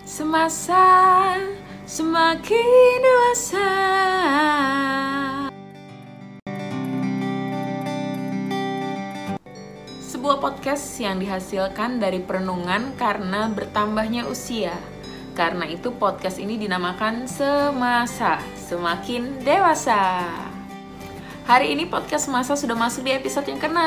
Semasa semakin dewasa. Sebuah podcast yang dihasilkan dari perenungan karena bertambahnya usia. Karena itu podcast ini dinamakan Semasa Semakin Dewasa. Hari ini podcast Semasa sudah masuk di episode yang ke-6.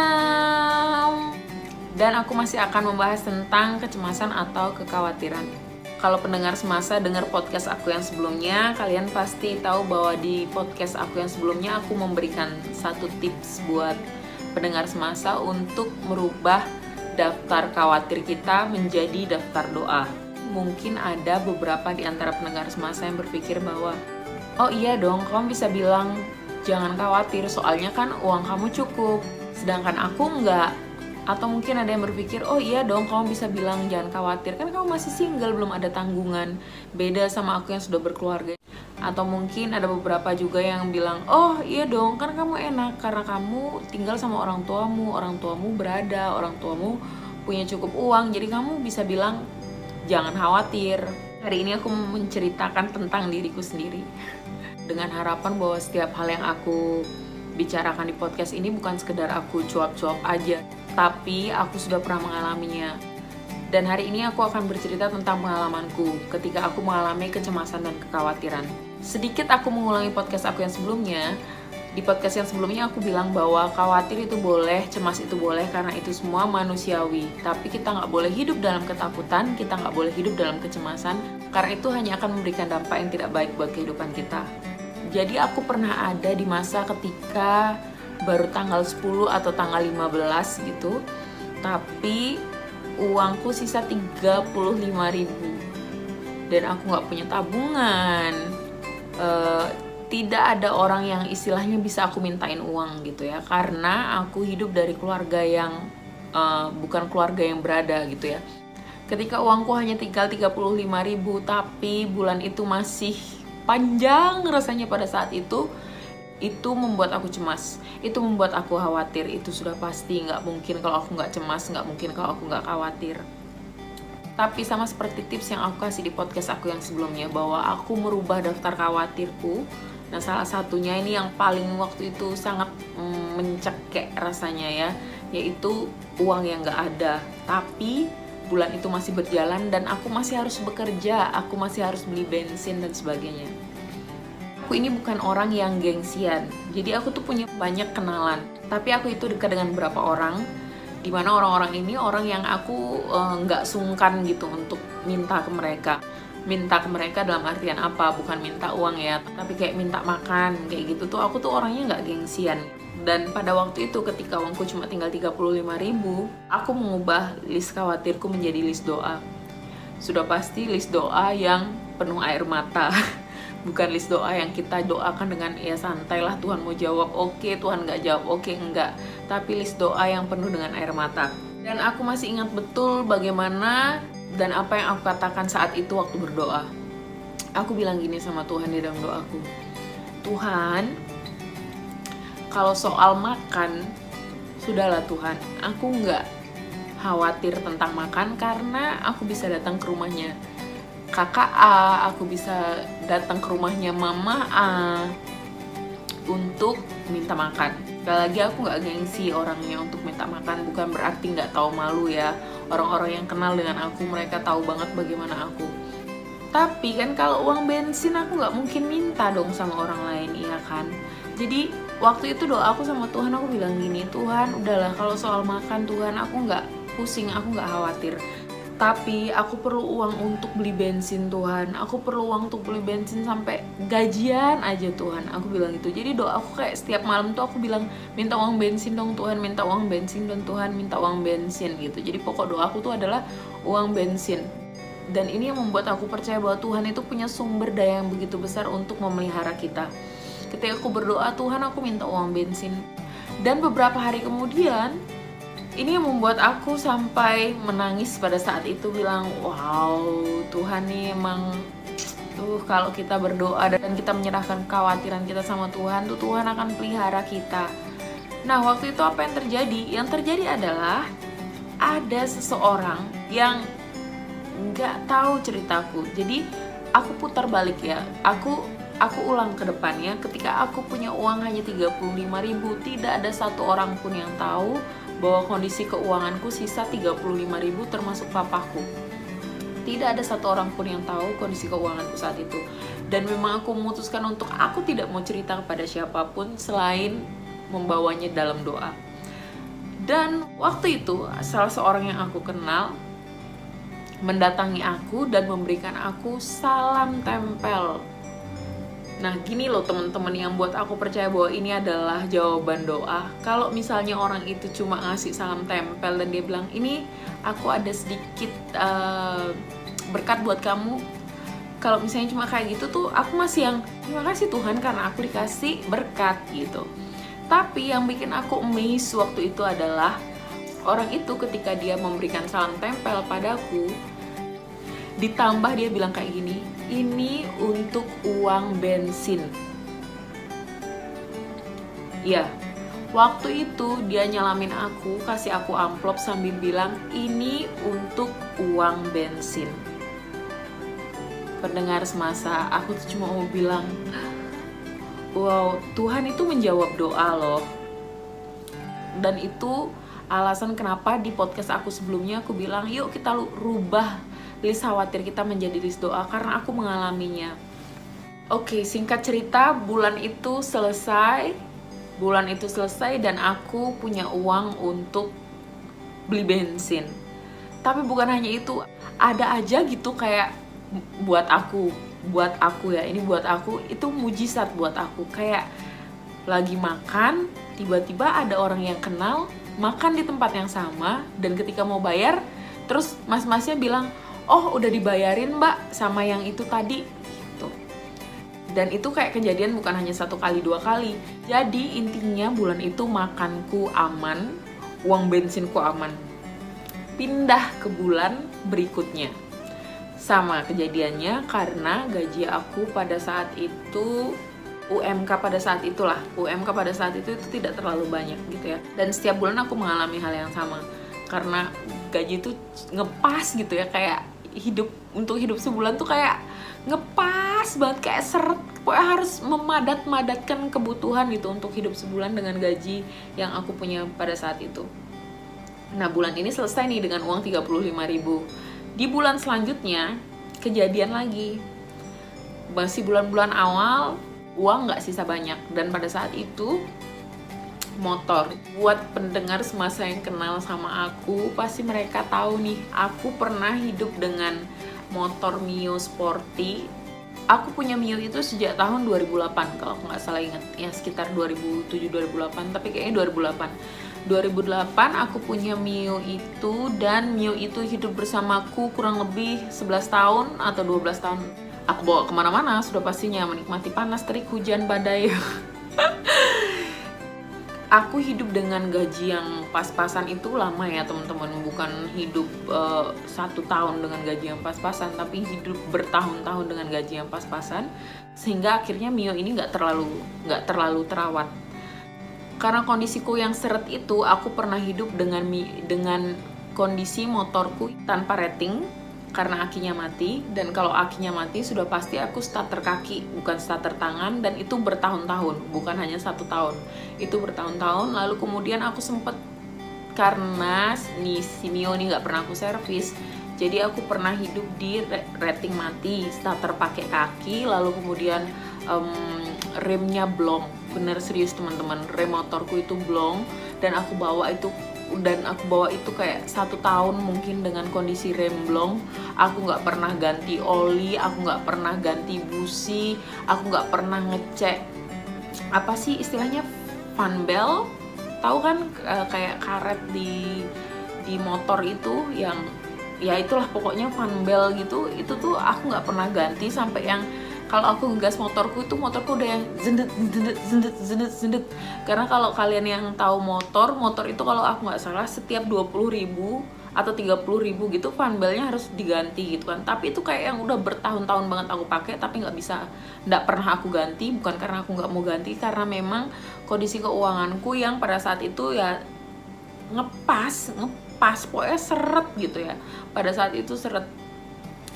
Dan aku masih akan membahas tentang kecemasan atau kekhawatiran. Kalau pendengar Semasa dengar podcast aku yang sebelumnya, kalian pasti tahu bahwa di podcast aku yang sebelumnya aku memberikan satu tips buat pendengar Semasa untuk merubah daftar khawatir kita menjadi daftar doa. Mungkin ada beberapa di antara pendengar Semasa yang berpikir bahwa, oh iya dong, kamu bisa bilang jangan khawatir, soalnya kan uang kamu cukup, sedangkan aku enggak. Atau mungkin ada yang berpikir, oh iya dong, kamu bisa bilang jangan khawatir, kan kamu masih single, belum ada tanggungan, beda sama aku yang sudah berkeluarga. Atau mungkin ada beberapa juga yang bilang, oh iya dong, kan kamu enak karena kamu tinggal sama orang tuamu berada, orang tuamu punya cukup uang, jadi kamu bisa bilang jangan khawatir. Hari ini aku menceritakan tentang diriku sendiri dengan harapan bahwa setiap hal yang aku bicarakan di podcast ini bukan sekedar aku cuap-cuap aja, tapi aku sudah pernah mengalaminya. Dan hari ini aku akan bercerita tentang pengalamanku ketika aku mengalami kecemasan dan kekhawatiran. Sedikit aku mengulangi podcast aku yang sebelumnya. Di podcast yang sebelumnya aku bilang bahwa khawatir itu boleh, cemas itu boleh, karena itu semua manusiawi. Tapi kita nggak boleh hidup dalam ketakutan, kita nggak boleh hidup dalam kecemasan, karena itu hanya akan memberikan dampak yang tidak baik buat kehidupan kita. Jadi aku pernah ada di masa ketika baru tanggal 10 atau tanggal 15 gitu, tapi uangku sisa 35.000 dan aku nggak punya tabungan. Tidak ada orang yang istilahnya bisa aku mintain uang gitu ya, karena aku hidup dari keluarga yang bukan keluarga yang berada gitu ya. Ketika uangku hanya tinggal 35.000, tapi bulan itu masih panjang rasanya pada saat itu membuat aku cemas, itu membuat aku khawatir. Itu sudah pasti, nggak mungkin kalau aku nggak cemas, nggak mungkin kalau aku nggak khawatir. Tapi sama seperti tips yang aku kasih di podcast aku yang sebelumnya, bahwa aku merubah daftar khawatirku. Nah, salah satunya ini yang paling waktu itu sangat mencekek rasanya ya, yaitu uang yang nggak ada. Tapi bulan itu masih berjalan dan aku masih harus bekerja, aku masih harus beli bensin dan sebagainya. Aku ini bukan orang yang gengsian, jadi aku tuh punya banyak kenalan. Tapi aku itu dekat dengan beberapa orang, dimana orang-orang ini orang yang aku nggak sungkan gitu untuk minta ke mereka. Minta ke mereka dalam artian apa? Bukan minta uang ya, tapi kayak minta makan, kayak gitu tuh aku tuh orangnya nggak gengsian. Dan pada waktu itu ketika uangku cuma tinggal 35.000, aku mengubah list khawatirku menjadi list doa. Sudah pasti list doa yang penuh air mata. Bukan list doa yang kita doakan dengan ya santai lah, Tuhan mau jawab oke, Tuhan nggak jawab oke, enggak. Tapi list doa yang penuh dengan air mata. Dan aku masih ingat betul bagaimana dan apa yang aku katakan saat itu waktu berdoa. Aku bilang gini sama Tuhan di dalam doaku, Tuhan, kalau soal makan, sudahlah Tuhan, aku nggak khawatir tentang makan karena aku bisa datang ke rumahnya kakak A, aku bisa datang ke rumahnya mama A untuk minta makan. Sekali lagi aku nggak gengsi orangnya untuk minta makan, bukan berarti nggak tahu malu ya. Orang-orang yang kenal dengan aku, mereka tahu banget bagaimana aku. Tapi kan kalau uang bensin aku nggak mungkin minta dong sama orang lain, iya kan? Jadi waktu itu doa aku sama Tuhan, aku bilang gini, Tuhan udahlah kalau soal makan Tuhan aku nggak pusing, aku nggak khawatir. Tapi aku perlu uang untuk beli bensin Tuhan, aku perlu uang untuk beli bensin sampai gajian aja Tuhan, aku bilang gitu. Jadi doa aku kayak setiap malam tuh aku bilang, minta uang bensin dong Tuhan, minta uang bensin dong Tuhan, minta uang bensin gitu. Jadi pokok doa aku tuh adalah uang bensin. Dan ini yang membuat aku percaya bahwa Tuhan itu punya sumber daya yang begitu besar untuk memelihara kita. Ketika aku berdoa, Tuhan aku minta uang bensin. Dan beberapa hari kemudian, ini yang membuat aku sampai menangis pada saat itu, bilang, wow, Tuhan nih emang kalau kita berdoa dan kita menyerahkan kekhawatiran kita sama Tuhan, tuh Tuhan akan pelihara kita. Nah, waktu itu apa yang terjadi? Yang terjadi adalah ada seseorang yang nggak tahu ceritaku. Jadi aku putar balik ya, aku ulang ke depannya. Ketika aku punya uang hanya 35.000, tidak ada satu orang pun yang tahu bahwa kondisi keuanganku sisa 35.000 termasuk papaku. Tidak ada satu orang pun yang tahu kondisi keuanganku saat itu. Dan memang aku memutuskan untuk aku tidak mau cerita kepada siapapun selain membawanya dalam doa. Dan waktu itu salah seorang yang aku kenal mendatangi aku dan memberikan aku salam tempel. Nah gini loh teman-teman yang buat aku percaya bahwa ini adalah jawaban doa. Kalau misalnya orang itu cuma ngasih salam tempel dan dia bilang, ini aku ada sedikit berkat buat kamu. Kalau misalnya cuma kayak gitu tuh aku masih yang terima kasih Tuhan karena aku dikasih berkat gitu. Tapi yang bikin aku amazed waktu itu adalah orang itu ketika dia memberikan salam tempel padaku, ditambah dia bilang kayak gini, ini untuk uang bensin. Ya, waktu itu dia nyalamin aku, kasih aku amplop sambil bilang, ini untuk uang bensin. Pendengar semasa, aku tuh cuma mau bilang, wow, Tuhan itu menjawab doa loh. Dan itu alasan kenapa di podcast aku sebelumnya aku bilang, yuk kita rubah list khawatir kita menjadi list doa, karena aku mengalaminya. Oke, singkat cerita, bulan itu selesai dan aku punya uang untuk beli bensin. Tapi bukan hanya itu, ada aja gitu kayak buat aku ya, ini buat aku itu mujizat buat aku. Kayak lagi makan, tiba-tiba ada orang yang kenal makan di tempat yang sama, dan ketika mau bayar, terus mas-masnya bilang, oh udah dibayarin mbak sama yang itu tadi gitu. Dan itu kayak kejadian bukan hanya 1 kali 2 kali. Jadi intinya bulan itu makanku aman, uang bensinku aman. Pindah ke bulan berikutnya, sama kejadiannya karena gaji aku pada saat itu, UMK pada saat itu tidak terlalu banyak gitu ya. Dan setiap bulan aku mengalami hal yang sama, karena gaji itu ngepas gitu ya, kayak untuk hidup sebulan tuh kayak ngepas banget, kayak seret. Pokoknya harus memadatkan kebutuhan gitu untuk hidup sebulan dengan gaji yang aku punya pada saat itu. Nah bulan ini selesai nih dengan uang 35.000. Di bulan selanjutnya kejadian lagi, masih bulan-bulan awal, uang nggak sisa banyak. Dan pada saat itu motor, buat pendengar semasa yang kenal sama aku pasti mereka tahu nih, aku pernah hidup dengan motor Mio Sporty. Aku punya Mio itu sejak tahun 2008 kalau aku nggak salah ingat ya, sekitar 2007-2008, tapi kayaknya 2008 aku punya Mio itu. Dan Mio itu hidup bersamaku kurang lebih 11 tahun atau 12 tahun. Aku bawa kemana-mana sudah pastinya, menikmati panas, terik, hujan, badai. Aku hidup dengan gaji yang pas-pasan itu lama ya teman-teman, bukan hidup 1 tahun dengan gaji yang pas-pasan, tapi hidup bertahun-tahun dengan gaji yang pas-pasan, sehingga akhirnya Mio ini nggak terlalu terawat. Karena kondisiku yang seret itu, aku pernah hidup dengan kondisi motorku tanpa rating karena akinya mati. Dan kalau akinya mati sudah pasti aku starter kaki, bukan starter tangan, dan itu bertahun-tahun, bukan hanya 1 tahun, itu bertahun-tahun. Lalu kemudian aku sempet, karena si Mio ini nggak pernah aku servis, jadi aku pernah hidup di rating mati, starter pakai kaki, lalu kemudian remnya blong. Bener serius teman-teman, rem motorku itu blong, dan aku bawa itu kayak 1 tahun mungkin dengan kondisi rem blong. Aku nggak pernah ganti oli, aku nggak pernah ganti busi, aku nggak pernah ngecek apa sih istilahnya, fan belt, tahu kan kayak karet di motor itu yang ya itulah pokoknya fan belt gitu. Itu tuh aku nggak pernah ganti, sampai yang kalau aku ngegas motorku udah yang zendet. Karena kalau kalian yang tahu motor itu kalau aku nggak salah setiap 20.000 atau 30.000 gitu fan beltnya harus diganti gitu kan. Tapi itu kayak yang udah bertahun-tahun banget aku pakai, tapi nggak pernah aku ganti. Bukan karena aku nggak mau ganti, karena memang kondisi keuanganku yang pada saat itu ya ngepas pokoknya seret gitu ya. Pada saat itu seret.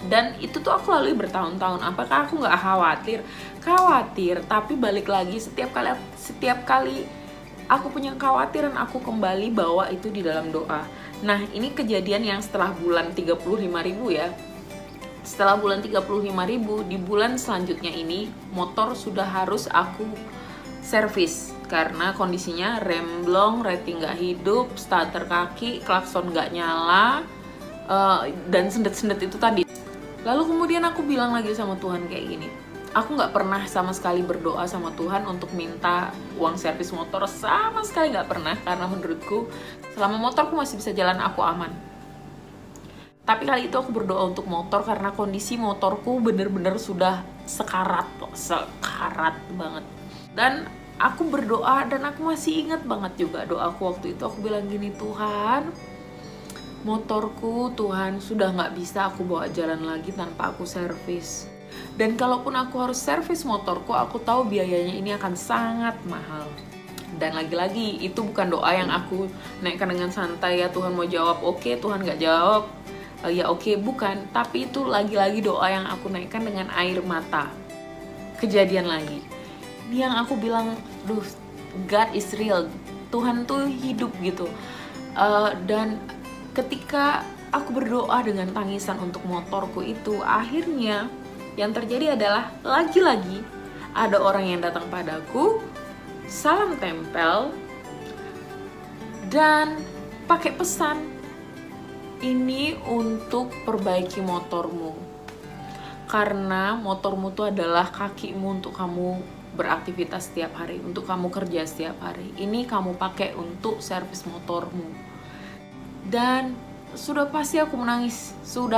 Dan itu tuh aku lalui bertahun-tahun. Apakah aku nggak khawatir? Khawatir, tapi balik lagi setiap kali aku punya kekhawatiran, aku kembali bawa itu di dalam doa. Nah, ini kejadian yang setelah bulan 35.000 ya. Setelah bulan 35.000, di bulan selanjutnya ini motor sudah harus aku servis karena kondisinya rem blong, rating nggak hidup, starter kaki, klakson nggak nyala, dan sendet-sendet itu tadi. Lalu kemudian aku bilang lagi sama Tuhan kayak gini, aku nggak pernah sama sekali berdoa sama Tuhan untuk minta uang servis motor, sama sekali nggak pernah, karena menurutku selama motorku masih bisa jalan aku aman. Tapi kali itu aku berdoa untuk motor karena kondisi motorku bener-bener sudah sekarat banget. Dan aku berdoa dan aku masih ingat banget juga doaku waktu itu. Aku bilang gini, Tuhan, motorku Tuhan sudah nggak bisa aku bawa jalan lagi tanpa aku servis. Dan kalaupun aku harus servis motorku, aku tahu biayanya ini akan sangat mahal. Dan lagi-lagi itu bukan doa yang aku naikkan dengan santai, ya Tuhan mau jawab oke, Tuhan nggak jawab ya oke, bukan. Tapi itu lagi-lagi doa yang aku naikkan dengan air mata. Kejadian lagi, ini yang aku bilang, duh, God is real, Tuhan tuh hidup gitu. Dan ketika aku berdoa dengan tangisan untuk motorku itu, akhirnya yang terjadi adalah lagi-lagi ada orang yang datang padaku, salam tempel, dan pakai pesan, ini untuk perbaiki motormu. Karena motormu itu adalah kakimu untuk kamu beraktivitas setiap hari, untuk kamu kerja setiap hari. Ini kamu pakai untuk servis motormu. Dan sudah pasti aku menangis.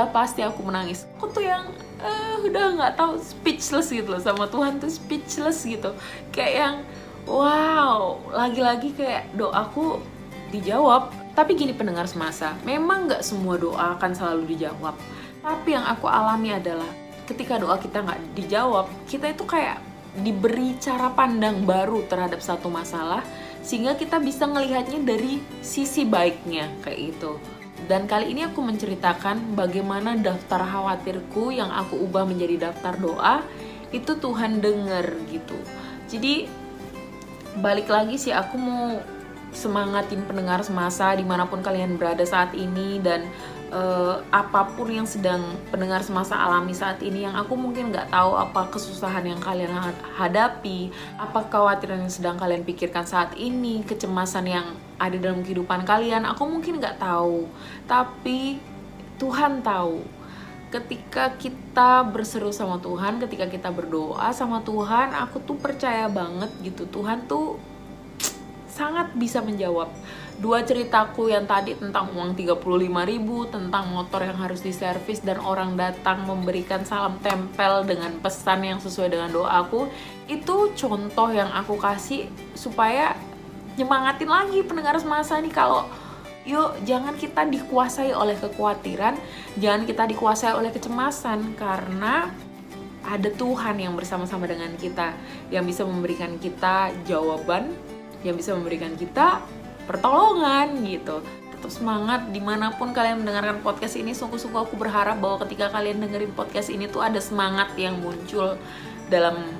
Aku tuh yang udah nggak tahu, speechless gitu loh sama Tuhan, tuh speechless gitu. Kayak yang wow, lagi-lagi kayak doaku dijawab. Tapi gini pendengar semasa, memang nggak semua doa akan selalu dijawab. Tapi yang aku alami adalah ketika doa kita nggak dijawab, kita itu kayak diberi cara pandang baru terhadap satu masalah, sehingga kita bisa ngelihatnya dari sisi baiknya kayak gitu. Dan kali ini aku menceritakan bagaimana daftar khawatirku yang aku ubah menjadi daftar doa, itu Tuhan denger gitu. Jadi balik lagi sih, aku mau semangatin pendengar semasa dimanapun kalian berada saat ini, dan apapun yang sedang pendengar semasa alami saat ini, yang aku mungkin nggak tahu apa kesusahan yang kalian hadapi, apa kekhawatiran yang sedang kalian pikirkan saat ini, kecemasan yang ada dalam kehidupan kalian, aku mungkin nggak tahu, tapi Tuhan tahu. Ketika kita berseru sama Tuhan, ketika kita berdoa sama Tuhan, aku tuh percaya banget gitu, Tuhan tuh sangat bisa menjawab. Dua ceritaku yang tadi tentang uang 35.000, tentang motor yang harus diservis, dan orang datang memberikan salam tempel dengan pesan yang sesuai dengan doaku, itu contoh yang aku kasih supaya nyemangatin lagi pendengar semasa nih, kalau yuk jangan kita dikuasai oleh kekhawatiran, jangan kita dikuasai oleh kecemasan, karena ada Tuhan yang bersama-sama dengan kita, yang bisa memberikan kita jawaban, yang bisa memberikan kita pertolongan gitu. Tetap semangat dimanapun kalian mendengarkan podcast ini. Sungguh-sungguh aku berharap bahwa ketika kalian dengerin podcast ini tuh ada semangat yang muncul dalam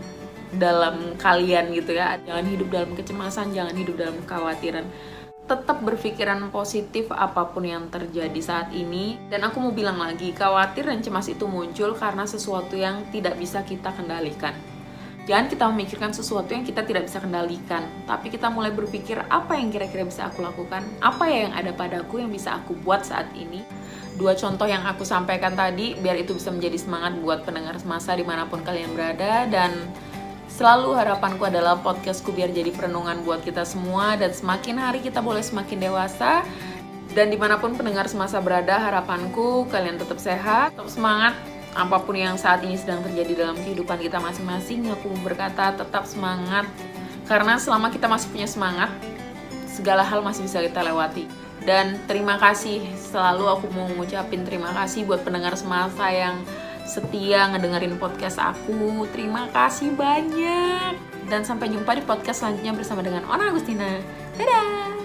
kalian gitu ya. Jangan hidup dalam kecemasan, jangan hidup dalam kekhawatiran. Tetap berpikiran positif apapun yang terjadi saat ini. Dan aku mau bilang lagi, khawatir dan cemas itu muncul karena sesuatu yang tidak bisa kita kendalikan. Jangan kita memikirkan sesuatu yang kita tidak bisa kendalikan, tapi kita mulai berpikir, apa yang kira-kira bisa aku lakukan? Apa ya yang ada padaku yang bisa aku buat saat ini? Dua contoh yang aku sampaikan tadi, biar itu bisa menjadi semangat buat pendengar semasa dimanapun kalian berada. Dan selalu harapanku adalah podcastku biar jadi perenungan buat kita semua, dan semakin hari kita boleh semakin dewasa. Dan dimanapun pendengar semasa berada, harapanku kalian tetap sehat, tetap semangat. Apapun yang saat ini sedang terjadi dalam kehidupan kita masing-masing, aku berkata tetap semangat. Karena selama kita masih punya semangat, segala hal masih bisa kita lewati. Dan terima kasih, selalu aku mau ngucapin terima kasih buat pendengar semasa yang setia ngedengerin podcast aku. Terima kasih banyak. Dan sampai jumpa di podcast selanjutnya bersama dengan Ona Agustina. Dadah!